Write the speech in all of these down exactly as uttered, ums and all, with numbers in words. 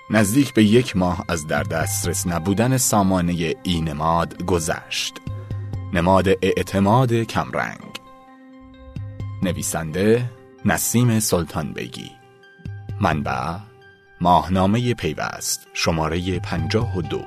نزدیک به یک ماه از در دسترس نبودن سامانه ای نماد گذشت. نماد اعتماد کمرنگ. نویسنده نسیم سلطان بیگی. منبع ماهنامه پیوست شماره پنجاه و دو.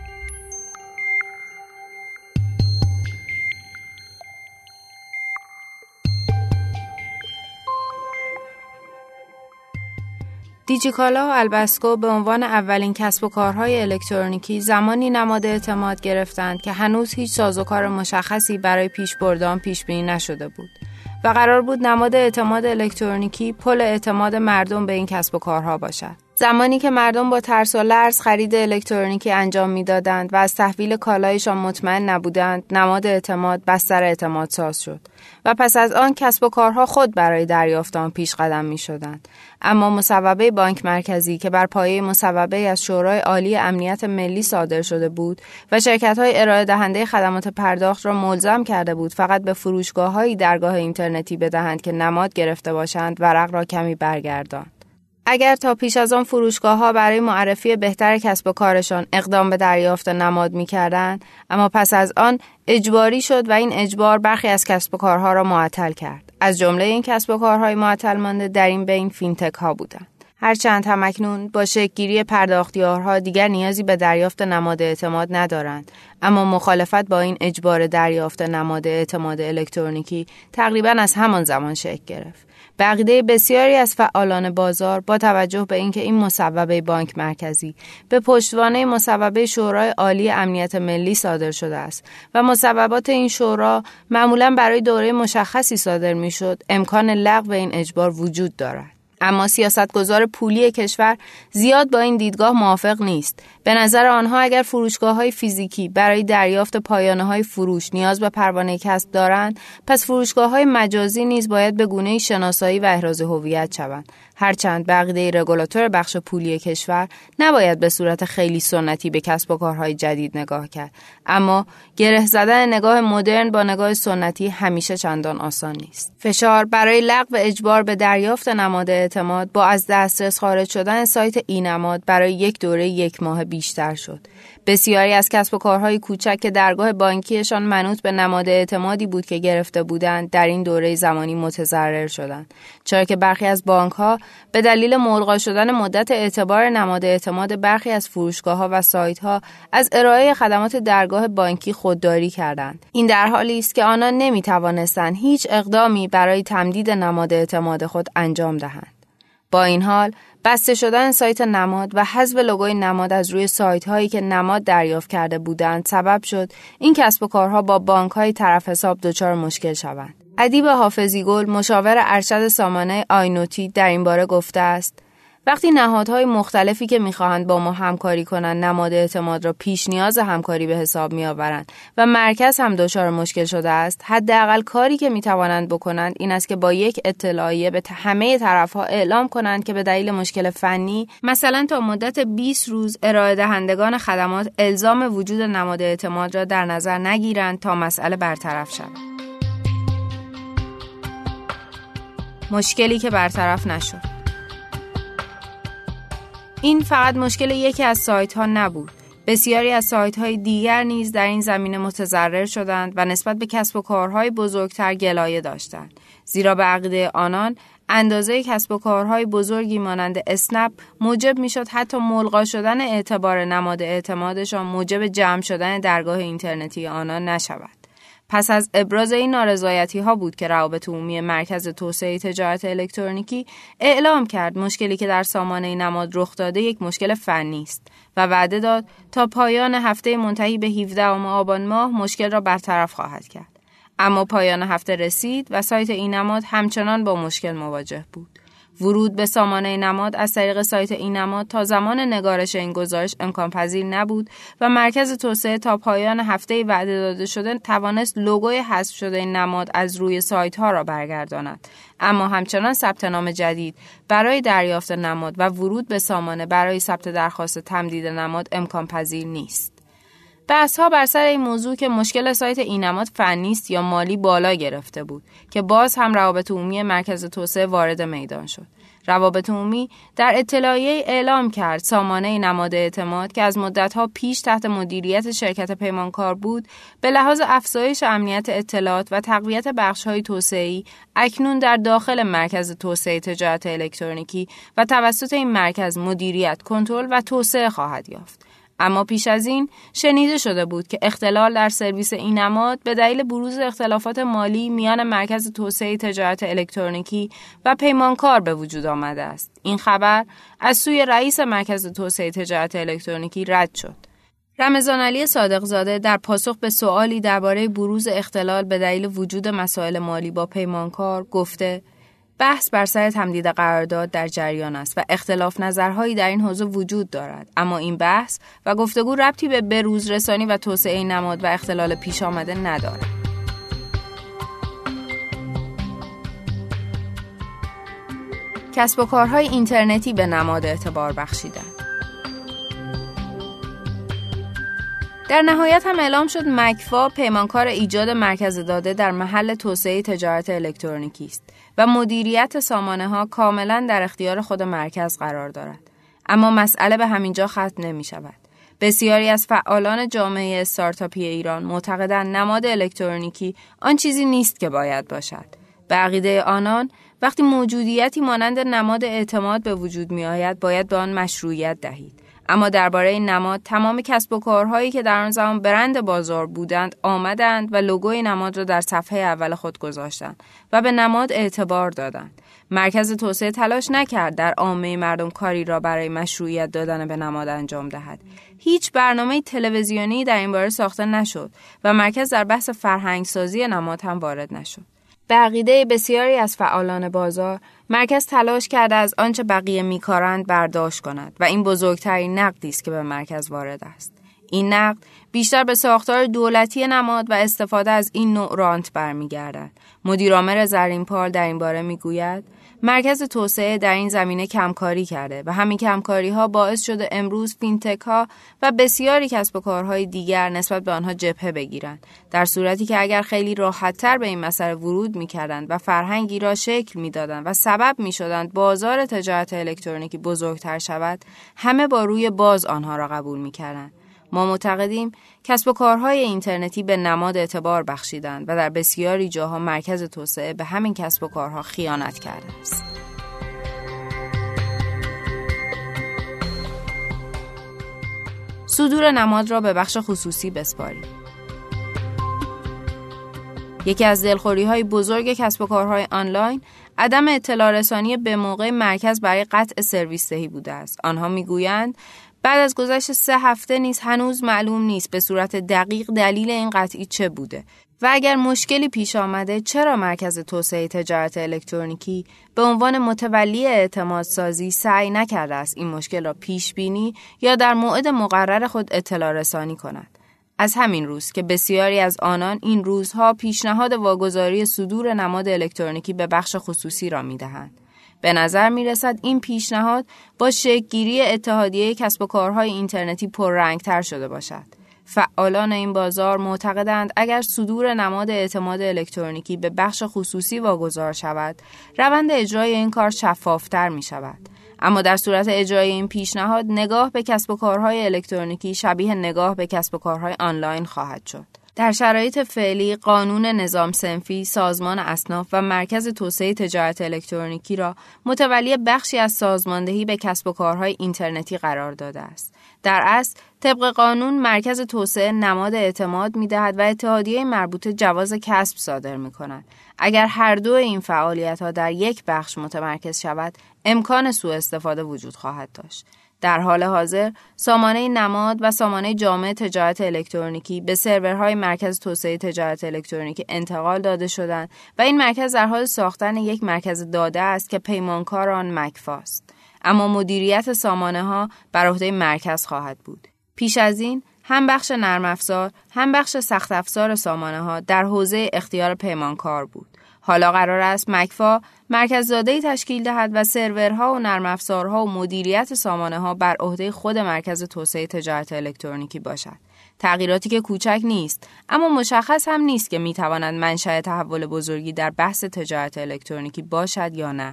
دیجیکالا و البسکو به عنوان اولین کسب و کارهای الکترونیکی زمانی نماد اعتماد گرفتند که هنوز هیچ سازوکار مشخصی برای پیشبرد آن پیش بینی نشده بود و قرار بود نماد اعتماد الکترونیکی پل اعتماد مردم به این کسب و کارها باشد. زمانی که مردم با ترس و لرز خرید الکترونیکی انجام میدادند و از تحویل کالایشان مطمئن نبودند، نماد اعتماد بستر اعتماد ساز شد و پس از آن کسب و کارها خود برای دریافت آن پیش قدم می شدند. اما مصوبه بانک مرکزی که بر پایه مصوبه از شورای عالی امنیت ملی صادر شده بود و شرکت‌های ارائه دهنده خدمات پرداخت را ملزم کرده بود فقط به فروشگاه‌های درگاه اینترنتی بدهند که نماد گرفته باشند، ورق را کمی برگرداند. اگر تا پیش از آن فروشگاه‌ها برای معرفی بهتر کسب و کارشان اقدام به دریافت نماد می‌کردند، اما پس از آن اجباری شد و این اجبار برخی از کسب و کارها را معطل کرد. از جمله این کسب و کارهای معطل مانده در این بین فینتک ها بودند. هرچند همکنون با شکل‌گیری پرداختیارها دیگر نیازی به دریافت نماد اعتماد ندارند، اما مخالفت با این اجبار دریافت نماد اعتماد الکترونیکی تقریباً از همان زمان شکل گرفت. به عقیده بسیاری از فعالان بازار، با توجه به اینکه این مصوبه بانک مرکزی به پشتوانه مصوبه شورای عالی امنیت ملی صادر شده است و مصوبات این شورا معمولاً برای دوره مشخصی صادر می‌شد، امکان لغو این اجبار وجود دارد. اما سیاستگزار پولی کشور زیاد با این دیدگاه موافق نیست. به نظر آنها اگر فروشگاه‌های فیزیکی برای دریافت پایانه‌های فروش نیاز به پروانه کسب دارند، پس فروشگاه‌های مجازی نیز باید به گونه‌ای شناسایی و احراز هویت شوند. هرچند به عقیده رگولاتور بخش پولی کشور نباید به صورت خیلی سنتی به کسب و کارهای جدید نگاه کرد، اما گره زدن نگاه مدرن با نگاه سنتی همیشه چندان آسان نیست. فشار برای لغو اجبار به دریافت نماد اعتماد با از دسترس خارج شدن سایت ای نماد برای یک دوره یک ماه بیشتر شد. بسیاری از کسب و کارهای کوچک که درگاه بانکیشان منوط به نماد اعتمادی بود که گرفته بودند، در این دوره زمانی متضرر شدند، چرا که برخی از بانک‌ها به دلیل ملغا شدن مدت اعتبار نماد اعتماد برخی از فروشگاه‌ها و سایت‌ها از ارائه خدمات درگاه بانکی خودداری کردند. این در حالی است که آنان نمی‌توانستند هیچ اقدامی برای تمدید نماد اعتماد خود انجام دهند. با این حال، بسته شدن سایت نماد و حذف لوگوی نماد از روی سایت‌هایی که نماد دریافت کرده بودند سبب شد این کسب و کارها با بانک‌های طرف حساب دچار مشکل شوند. ادیب حافظی‌گل، مشاور ارشد سامانه آینوتی، در این باره گفته است: وقتی نهادهای مختلفی که می‌خواهند با ما همکاری کنند نماد اعتماد را پیش نیاز همکاری به حساب می‌آورند و مرکز هم دچار مشکل شده است، حداقل کاری که می‌توانند بکنند این است که با یک اطلاعیه به همه طرف‌ها اعلام کنند که به دلیل مشکل فنی، مثلا تا مدت بیست روز، ارائه دهندگان خدمات الزام وجود نماد اعتماد را در نظر نگیرند تا مسئله برطرف شود. مشکلی که برطرف نشد. این فقط مشکل یکی از سایت‌ها نبود. بسیاری از سایت‌های دیگر نیز در این زمینه متضرر شدند و نسبت به کسب و کارهای بزرگتر گلایه داشتند. زیرا به عقیده آنان اندازه کسب و کارهای بزرگی مانند اسنپ موجب میشد حتی ملغا شدن اعتبار نماد اعتمادشان موجب جمع شدن درگاه اینترنتی آنان نشود. پس از ابراز این نارضایتی‌ها بود که روابط عمومی مرکز توسعه تجارت الکترونیکی اعلام کرد مشکلی که در سامانه نماد رخ داده یک مشکل فنی است و وعده داد تا پایان هفته منتهی به هفدهم آبان ماه مشکل را برطرف خواهد کرد. اما پایان هفته رسید و سایت این نماد همچنان با مشکل مواجه بود. ورود به سامانه نماد از طریق سایت این نماد تا زمان نگارش این گزارش امکان پذیر نبود و مرکز توسعه تا پایان هفته وعده داده شده توانست لوگوی حذف شده این نماد از روی سایت ها را برگرداند، اما همچنان ثبت نام جدید برای دریافت نماد و ورود به سامانه برای ثبت درخواست تمدید نماد امکان پذیر نیست. بحث‌ها بر سر این موضوع که مشکل سایت این نماد فنی است یا مالی بالا گرفته بود که باز هم روابط عمومی مرکز توسعه وارد میدان شد. روابط عمومی در اطلاعیه اعلام کرد سامانه نماد اعتماد که از مدت‌ها پیش تحت مدیریت شرکت پیمانکار بود، به لحاظ افزایش امنیت اطلاعات و تقویت بخش‌های توسعه‌ای اکنون در داخل مرکز توسعه تجارت الکترونیکی و توسط این مرکز مدیریت، کنترل و توسعه خواهد یافت. اما پیش از این شنیده شده بود که اختلال در سرویس این نماد به دلیل بروز اختلافات مالی میان مرکز توسعه تجارت الکترونیکی و پیمانکار به وجود آمده است. این خبر از سوی رئیس مرکز توسعه تجارت الکترونیکی رد شد. رمضان علی صادقزاده در پاسخ به سوالی درباره بروز اختلال به دلیل وجود مسائل مالی با پیمانکار گفته: بحث بر سر تمدید قرارداد در جریان است و اختلاف نظرهایی در این حوزه وجود دارد، اما این بحث و گفتگو ربطی به بروز رسانی و توسعه نماد و اختلال پیش آمده ندارد. کسب و کارهای اینترنتی به نماد اعتبار بخشیدند. در نهایت هم اعلام شد مکفا پیمانکار ایجاد مرکز داده در محل توسعه تجارت الکترونیکی است و مدیریت سامانه ها کاملا در اختیار خود مرکز قرار دارد. اما مسئله به همینجا ختم نمی شود. بسیاری از فعالان جامعه استارتاپی ایران معتقدند نماد الکترونیکی آن چیزی نیست که باید باشد. به عقیده آنان وقتی موجودیتی مانند نماد اعتماد به وجود می آید باید به آن مشروعیت دهید. اما درباره این نماد تمام کسب و کارهایی که در آن زمان برند بازار بودند آمدند و لوگوی نماد را در صفحه اول خود گذاشتند و به نماد اعتبار دادند. مرکز توسعه تلاش نکرد در عامه مردم کاری را برای مشروعیت دادن به نماد انجام دهد. هیچ برنامه تلویزیونی در این باره ساخته نشد و مرکز در بحث فرهنگسازی نماد هم وارد نشد. به عقیده بسیاری از فعالان بازار، مرکز تلاش کرده از آنچه بقیه می‌کارند برداشت کند و این بزرگترین نقدی است که به مرکز وارد است. این نقد بیشتر به ساختار دولتی نماد و استفاده از این نوع رانت برمیگردد. مدیرعامل زرینپال در این باره میگوید مرکز توسعه در این زمینه کمکاری کرده و همین کمکاری ها باعث شده امروز فینتک ها و بسیاری کسب و کارهای دیگر نسبت به آنها جبهه بگیرند، در صورتی که اگر خیلی راحت‌تر به این مسئله ورود می‌کردند و فرهنگی را شکل می‌دادند و سبب می‌شدند بازار تجارت الکترونیکی بزرگتر شود، همه با روی باز آنها را قبول می‌کردند. ما معتقدیم کسب و کارهای اینترنتی به نماد اعتبار بخشیدند و در بسیاری جاها مرکز توسعه به همین کسب و کارها خیانت کرده است. صدور نماد را به بخش خصوصی بسپارید. یکی از دلخوری‌های بزرگ کسب و کارهای آنلاین عدم اطلاع رسانی به موقع مرکز برای قطع سرویس دهی بوده است. آنها میگویند بعد از گذشت سه هفته نیز هنوز معلوم نیست به صورت دقیق دلیل این قطعی چه بوده و اگر مشکلی پیش آمده چرا مرکز توسعه تجارت الکترونیکی به عنوان متولی اعتماد سازی سعی نکرده است این مشکل را پیش بینی یا در موعد مقرر خود اطلاع رسانی کند. از همین روز که بسیاری از آنان این روزها پیشنهاد واگذاری صدور نماد الکترونیکی به بخش خصوصی را می‌دهند. به نظر می رسد این پیشنهاد با شکل‌گیری اتحادیه کسب و کارهای اینترنتی پررنگ‌تر شده باشد. فعالان این بازار معتقدند اگر صدور نماد اعتماد الکترونیکی به بخش خصوصی واگذار شود، روند اجرای این کار شفافتر می شود. اما در صورت اجرای این پیشنهاد، نگاه به کسب و کارهای الکترونیکی شبیه نگاه به کسب و کارهای آنلاین خواهد شد. در شرایط فعلی قانون نظام صنفی سازمان اصناف و مرکز توسعه تجارت الکترونیکی را متولی بخشی از سازماندهی به کسب و کارهای اینترنتی قرار داده است. در اصل طبق قانون مرکز توسعه نماد اعتماد می‌دهد و اتحادیه مربوطه جواز کسب صادر می‌کند. اگر هر دو این فعالیت‌ها در یک بخش متمرکز شود، امکان سوء استفاده وجود خواهد داشت. در حال حاضر سامانه نماد و سامانه جامع تجارت الکترونیکی به سرورهای مرکز توسعه تجارت الکترونیکی انتقال داده شدند و این مرکز در حال ساختن یک مرکز داده است که پیمانکار آن مکفا است. اما مدیریت سامانه ها بر عهده مرکز خواهد بود. پیش از این هم بخش نرم افزار هم بخش سخت افزار سامانه ها در حوزه اختیار پیمانکار بود. حالا قرار است مکفا مرکز داده‌ای تشکیل دهد و سرورها و نرم افزارها و مدیریت سامانه ها بر عهده خود مرکز توسعه تجارت الکترونیکی باشد. تغییراتی که کوچک نیست، اما مشخص هم نیست که میتواند منشأ تحول بزرگی در بحث تجارت الکترونیکی باشد یا نه.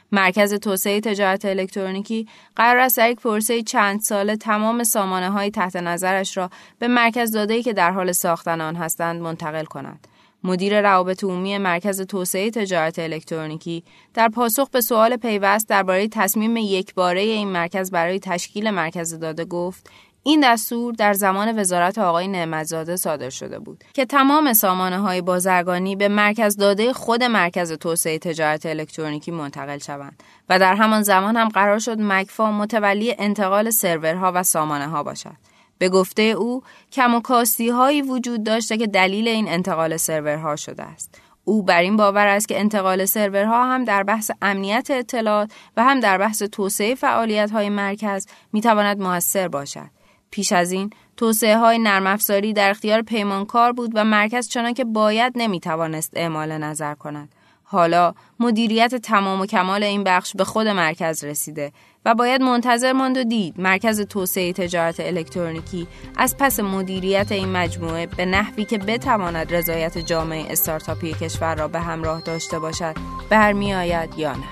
مرکز توسعه تجارت الکترونیکی قرار است در یک پروسه چند ساله تمام سامانه‌های تحت نظرش را به مرکز داده‌ای که در حال ساختن آن هستند منتقل کند. مدیر روابط عمومی مرکز توسعه تجارت الکترونیکی در پاسخ به سوال پیوست درباره تصمیم یکباره این مرکز برای تشکیل مرکز داده گفت: این دستور در زمان وزارت آقای نعمت‌زاده صادر شده بود که تمام سامانه‌های بازرگانی به مرکز داده خود مرکز توسعه تجارت الکترونیکی منتقل شوند و در همان زمان هم قرار شد مکفا متولی انتقال سرورها و سامانه‌ها باشد. به گفته او کم و کاستی‌هایی وجود داشته که دلیل این انتقال سرورها شده است. او بر این باور است که انتقال سرورها هم در بحث امنیت اطلاعات و هم در بحث توسعه فعالیت‌های مرکز می‌تواند مؤثر باشد. پیش از این توسعه های نرم افزاری در اختیار پیمانکار بود و مرکز چنان که باید نمیتوانست اعمال نظر کند. حالا مدیریت تمام و کمال این بخش به خود مرکز رسیده و باید منتظر ماند و دید مرکز توسعه تجارت الکترونیکی از پس مدیریت این مجموعه به نحوی که بتواند رضایت جامعه استارتاپی کشور را به همراه داشته باشد برمی آید یا نه.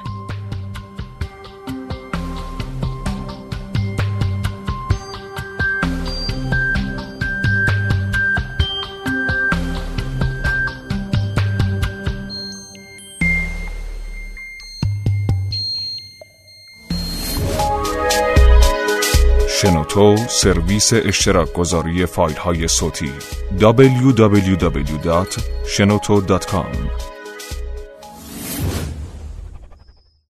شنوتو، سرویس اشتراک گذاری فایل های صوتی دبلیو دبلیو دبلیو دات شنوتو دات کام